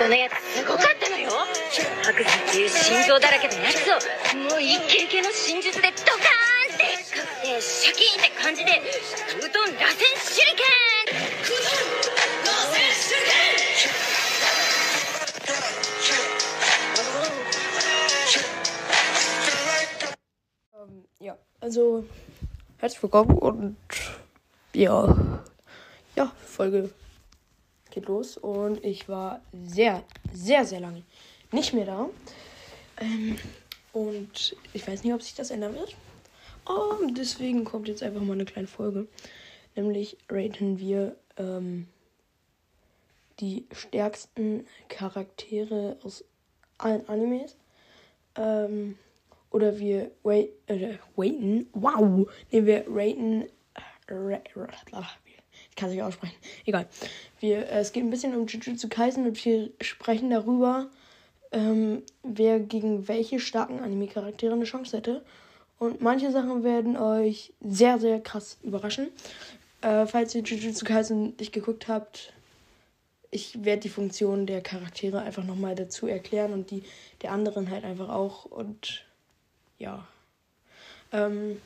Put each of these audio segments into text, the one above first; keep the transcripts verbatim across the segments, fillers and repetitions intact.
そのやつすごかったのよ。白山っていう心臓だらけのやつをもうイケイケの真術でドカーンってかくてシャキーンって感じで空遁螺旋手裏剣螺旋手裏剣。 Ähm, ja, also herzlich willkommen und ja, ja, Folge geht los und ich war sehr, sehr, sehr lange nicht mehr da ähm, und ich weiß nicht, ob sich das ändern wird. Um, deswegen kommt jetzt einfach mal eine kleine Folge, nämlich raten wir ähm, die stärksten Charaktere aus allen Animes. Ähm, Oder wir wait, äh, waiten, wow, nehmen wir raten, ra, ra, ich kann es nicht aussprechen, egal. Wir, äh, es geht ein bisschen um Jujutsu Kaisen und wir sprechen darüber, ähm, wer gegen welche starken Anime-Charaktere eine Chance hätte. Und manche Sachen werden euch sehr, sehr krass überraschen. Äh, falls ihr Jujutsu Kaisen nicht geguckt habt, ich werde die Funktion der Charaktere einfach nochmal dazu erklären und die der anderen halt einfach auch und ja. Ähm,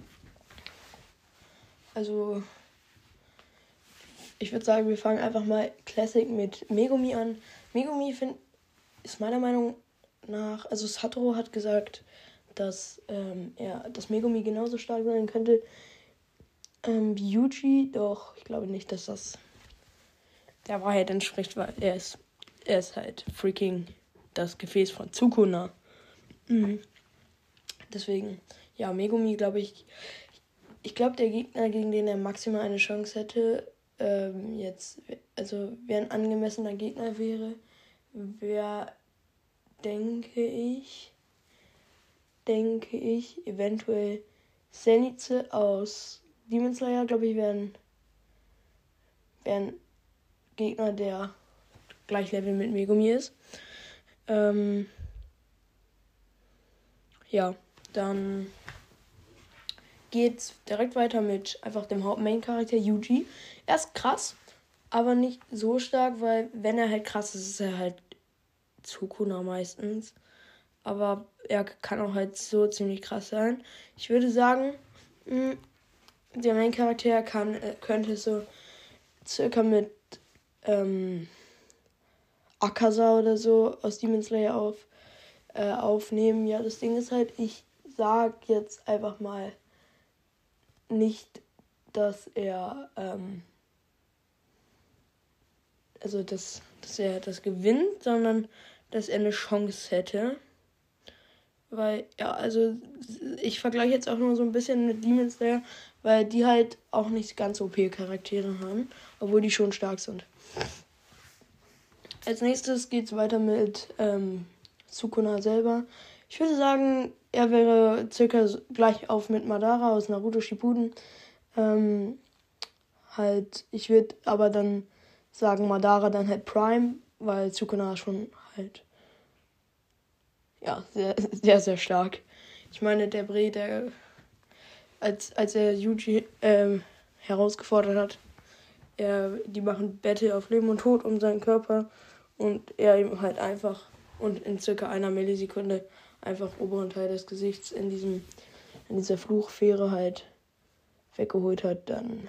also, ich würde sagen, wir fangen einfach mal Classic mit Megumi an. Megumi find, ist meiner Meinung nach, also Satoru hat gesagt, dass ähm, er, dass Megumi genauso stark sein könnte ähm, wie Yuji, doch ich glaube nicht, dass das der Wahrheit entspricht, weil er ist, er ist halt freaking das Gefäß von Sukuna. Mhm. Deswegen, ja, Megumi, glaube ich, ich glaube, der Gegner, gegen den er maximal eine Chance hätte, ähm, jetzt, also wer ein angemessener Gegner wäre, wäre, denke ich, denke ich, eventuell Zenitsu aus Demon Slayer, glaube ich, wäre ein, wär ein Gegner, der gleich Level mit Megumi ist. Ähm, ja. Dann geht's direkt weiter mit einfach dem Haupt-Main-Charakter Yuji. Er ist krass, aber nicht so stark, weil wenn er halt krass ist, ist er halt Sukuna meistens. Aber er kann auch halt so ziemlich krass sein. Ich würde sagen, mh, der Main-Charakter kann, äh, könnte so circa mit ähm, Akaza oder so aus Demon Slayer auf, äh, aufnehmen. Ja, das Ding ist halt, ich sag jetzt einfach mal nicht, dass er ähm, also dass, dass er das gewinnt, sondern dass er eine Chance hätte. Weil, ja, also ich vergleiche jetzt auch nur so ein bisschen mit Demon Slayer, weil die halt auch nicht ganz O P-Charaktere haben, obwohl die schon stark sind. Als nächstes geht's weiter mit ähm, Sukuna selber. Ich würde sagen, er wäre circa gleich auf mit Madara aus Naruto Shippuden. Ähm, halt, ich würde aber dann sagen, Madara dann halt Prime, weil Sukuna schon halt, ja, sehr, sehr, sehr stark. Ich meine, der Bre, der, als, als er Yuji ähm, herausgefordert hat, er, die machen Battle auf Leben und Tod um seinen Körper und er ihm halt einfach und in circa einer Millisekunde einfach oberen Teil des Gesichts in diesem in dieser Fluchfähre halt weggeholt hat, dann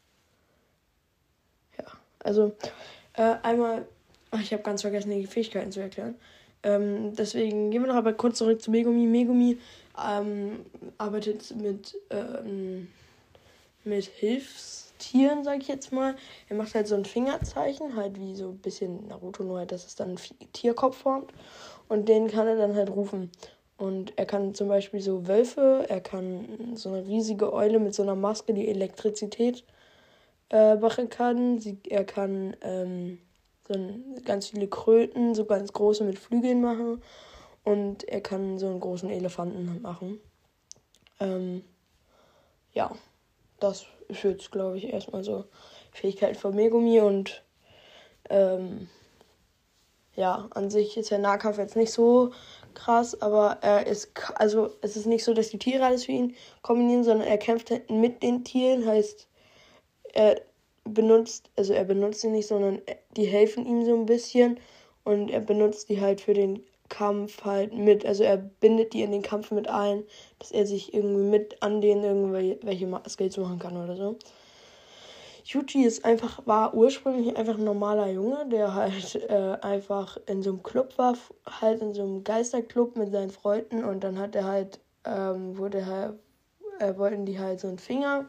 ja, also äh, einmal, ach, ich habe ganz vergessen, die Fähigkeiten zu erklären. Ähm, deswegen gehen wir noch aber kurz zurück zu Megumi. Megumi ähm, arbeitet mit ähm, mit Hilfstieren, sag ich jetzt mal. Er macht halt so ein Fingerzeichen, halt wie so ein bisschen Naruto, nur halt, dass es dann ein Tierkopf formt. Und den kann er dann halt rufen. Und er kann zum Beispiel so Wölfe, er kann so eine riesige Eule mit so einer Maske, die Elektrizität äh, machen kann. Sie, er kann ähm, so ein, ganz viele Kröten, so ganz große mit Flügeln machen. Und er kann so einen großen Elefanten machen. Ähm, ja, das ist jetzt, glaube ich, erstmal so Fähigkeiten von Megumi. Und ähm, ja, an sich ist der Nahkampf jetzt nicht so krass, aber er ist, also es ist nicht so, dass die Tiere alles für ihn kombinieren, sondern er kämpft mit den Tieren, heißt, er benutzt, also er benutzt sie nicht, sondern die helfen ihm so ein bisschen und er benutzt die halt für den Kampf halt mit. Also er bindet die in den Kampf mit ein, dass er sich irgendwie mit an denen irgendwelche Skills machen kann oder so. Yuji ist einfach, war ursprünglich einfach ein normaler Junge, der halt äh, einfach in so einem Club war, halt in so einem Geisterclub mit seinen Freunden und dann hat er halt, ähm, wurde halt, äh, wollten die halt so einen Finger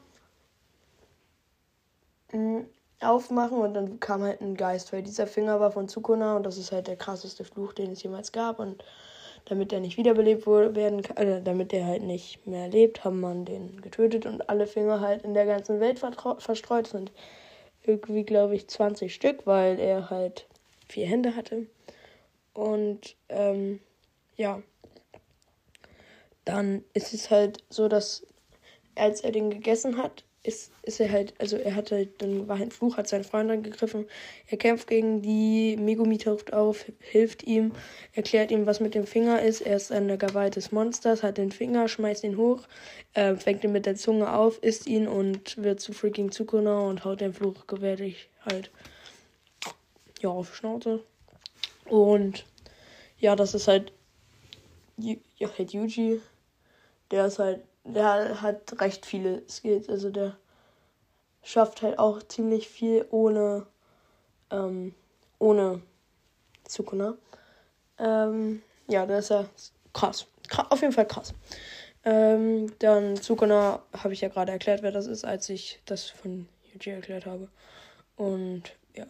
mh, aufmachen und dann kam halt ein Geist, weil dieser Finger war von Sukuna und das ist halt der krasseste Fluch, den es jemals gab und damit er nicht wiederbelebt wurde, werden kann, äh, damit er halt nicht mehr lebt, haben man den getötet und alle Finger halt in der ganzen Welt vertrau- verstreut sind. Irgendwie, glaube ich, zwanzig Stück, weil er halt vier Hände hatte. Und, ähm, ja. Dann ist es halt so, dass als er den gegessen hat, ist, ist er halt, also er hatte, dann war halt ein Fluch, hat seinen Freund angegriffen. Er kämpft gegen die, Megumi taucht auf, hilft ihm, erklärt ihm, was mit dem Finger ist. Er ist eine Gewalt des Monsters, hat den Finger, schmeißt ihn hoch, äh, fängt ihn mit der Zunge auf, isst ihn und wird zu freaking Sukuna und haut den Fluch gewaltig halt, ja, auf die Schnauze. Und, ja, das ist halt, ja, halt Yuji, der ist halt, der hat recht viele Skills, also der schafft halt auch ziemlich viel ohne, ähm, ohne Sukuna. Ähm, ja, das ist ja krass. krass. Auf jeden Fall krass. Ähm, dann Sukuna habe ich ja gerade erklärt, wer das ist, als ich das von Yuji erklärt habe. Und ja.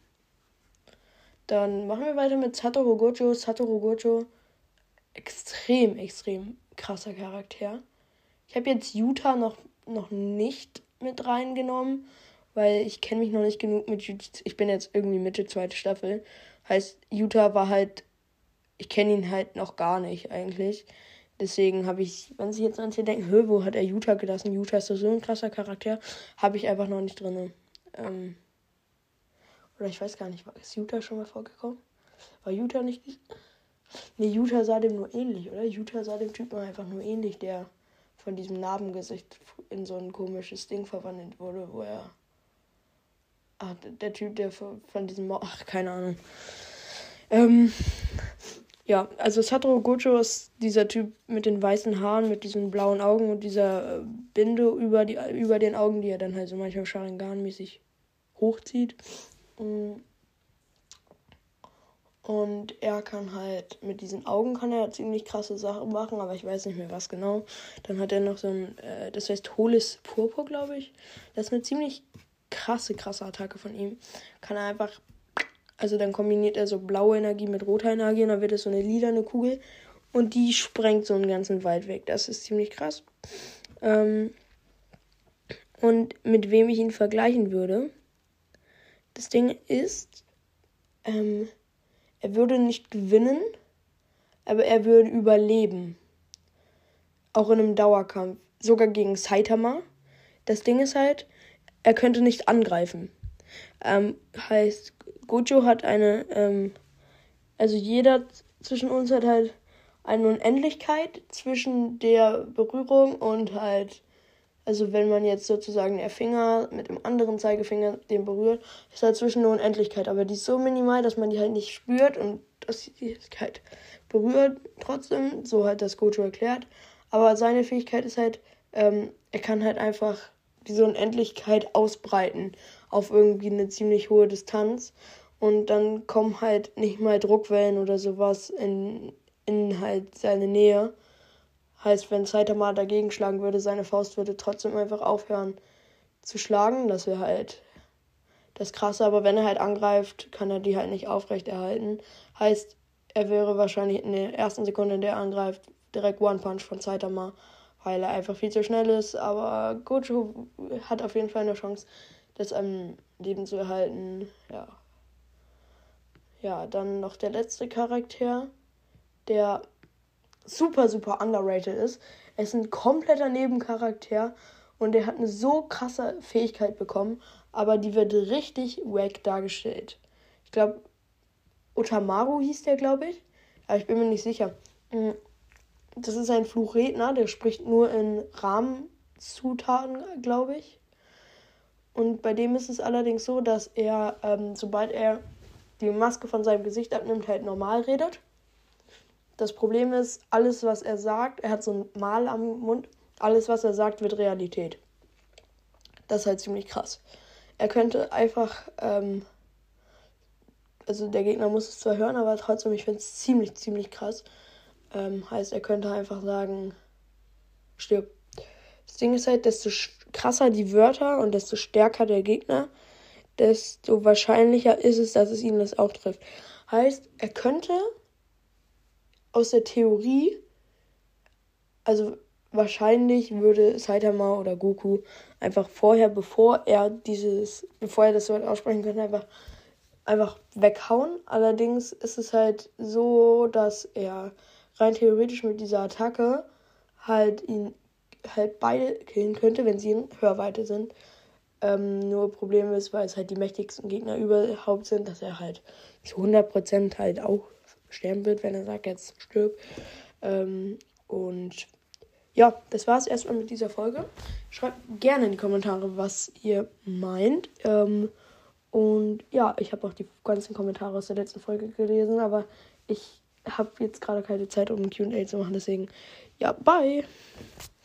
Dann machen wir weiter mit Satoru Gojo. Satoru Gojo, extrem, extrem krasser Charakter. Ich habe jetzt Yuta noch, noch nicht mit reingenommen, weil ich kenne mich noch nicht genug mit Yuta. Ich bin jetzt irgendwie Mitte zweite Staffel. Heißt, Yuta war halt, ich kenne ihn halt noch gar nicht eigentlich. Deswegen habe ich, wenn sich jetzt manche denken, hö, wo hat er Yuta gelassen? Yuta ist doch so ein krasser Charakter. Habe ich einfach noch nicht drin. Ähm, oder ich weiß gar nicht, ist Yuta schon mal vorgekommen? War Yuta nicht... Nee, Yuta sah dem nur ähnlich, oder? Yuta sah dem Typen einfach nur ähnlich, der von diesem Narbengesicht in so ein komisches Ding verwandelt wurde, wo er... Ah, der Typ, der von diesem... Ach, keine Ahnung. Ähm... Ja, also Satoru Gojo ist dieser Typ mit den weißen Haaren, mit diesen blauen Augen und dieser Binde über, die, über den Augen, die er dann halt so manchmal Sharingan-mäßig hochzieht. Und er kann halt, mit diesen Augen kann er ziemlich krasse Sachen machen, aber ich weiß nicht mehr was genau. Dann hat er noch so ein, äh, das heißt Holis Purpur, glaube ich. Das ist eine ziemlich krasse, krasse Attacke von ihm. Kann er einfach... Also dann kombiniert er so blaue Energie mit roter Energie und dann wird es so eine lilane Kugel und die sprengt so einen ganzen Wald weg. Das ist ziemlich krass. Ähm und mit wem ich ihn vergleichen würde, das Ding ist, ähm, er würde nicht gewinnen, aber er würde überleben. Auch in einem Dauerkampf. Sogar gegen Saitama. Das Ding ist halt, er könnte nicht angreifen. Ähm, heißt, Gojo hat eine, ähm, also jeder zwischen uns hat halt eine Unendlichkeit zwischen der Berührung und halt, also wenn man jetzt sozusagen der Finger mit dem anderen Zeigefinger den berührt, ist halt zwischen eine Unendlichkeit, aber die ist so minimal, dass man die halt nicht spürt und dass die halt berührt trotzdem, so hat das Gojo erklärt, aber seine Fähigkeit ist halt, ähm, er kann halt einfach diese Unendlichkeit ausbreiten auf irgendwie eine ziemlich hohe Distanz und dann kommen halt nicht mal Druckwellen oder sowas in, in halt seine Nähe. Heißt, wenn Saitama dagegen schlagen würde, seine Faust würde trotzdem einfach aufhören zu schlagen. Das wäre halt das Krasse, aber wenn er halt angreift, kann er die halt nicht aufrechterhalten. Heißt, er wäre wahrscheinlich in der ersten Sekunde, in der er angreift, direkt One-Punch von Saitama, weil er einfach viel zu schnell ist, aber Gojo hat auf jeden Fall eine Chance, das am Leben zu erhalten. Ja. Ja, dann noch der letzte Charakter, der super, super underrated ist. Er ist ein kompletter Nebencharakter und er hat eine so krasse Fähigkeit bekommen, aber die wird richtig wack dargestellt. Ich glaube, Otamaru hieß der, glaube ich, aber ich bin mir nicht sicher. Das ist ein Fluchredner, der spricht nur in Rahmenzutaten, glaube ich. Und bei dem ist es allerdings so, dass er, ähm, sobald er die Maske von seinem Gesicht abnimmt, halt normal redet. Das Problem ist, alles, was er sagt, er hat so ein Mal am Mund, alles, was er sagt, wird Realität. Das ist halt ziemlich krass. Er könnte einfach, ähm, also der Gegner muss es zwar hören, aber trotzdem, ich finde es ziemlich, ziemlich krass. Ähm, heißt, er könnte einfach sagen, stirb. Das Ding ist halt, desto krasser die Wörter und desto stärker der Gegner, desto wahrscheinlicher ist es, dass es ihn das auch trifft. Heißt, er könnte aus der Theorie, also wahrscheinlich würde Saitama oder Goku einfach vorher, bevor er dieses, bevor er das Wort aussprechen könnte, einfach, einfach weghauen. Allerdings ist es halt so, dass er rein theoretisch mit dieser Attacke halt ihn halt beide killen könnte, wenn sie in Hörweite sind. Ähm, nur Problem ist, weil es halt die mächtigsten Gegner überhaupt sind, dass er halt zu hundert Prozent halt auch sterben wird, wenn er sagt, jetzt stirb. Ähm, und ja, das war es erstmal mit dieser Folge. Schreibt gerne in die Kommentare, was ihr meint. Ähm, und ja, ich habe auch die ganzen Kommentare aus der letzten Folge gelesen, aber ich habe jetzt gerade keine Zeit, um ein Q und A zu machen. Deswegen, ja, bye!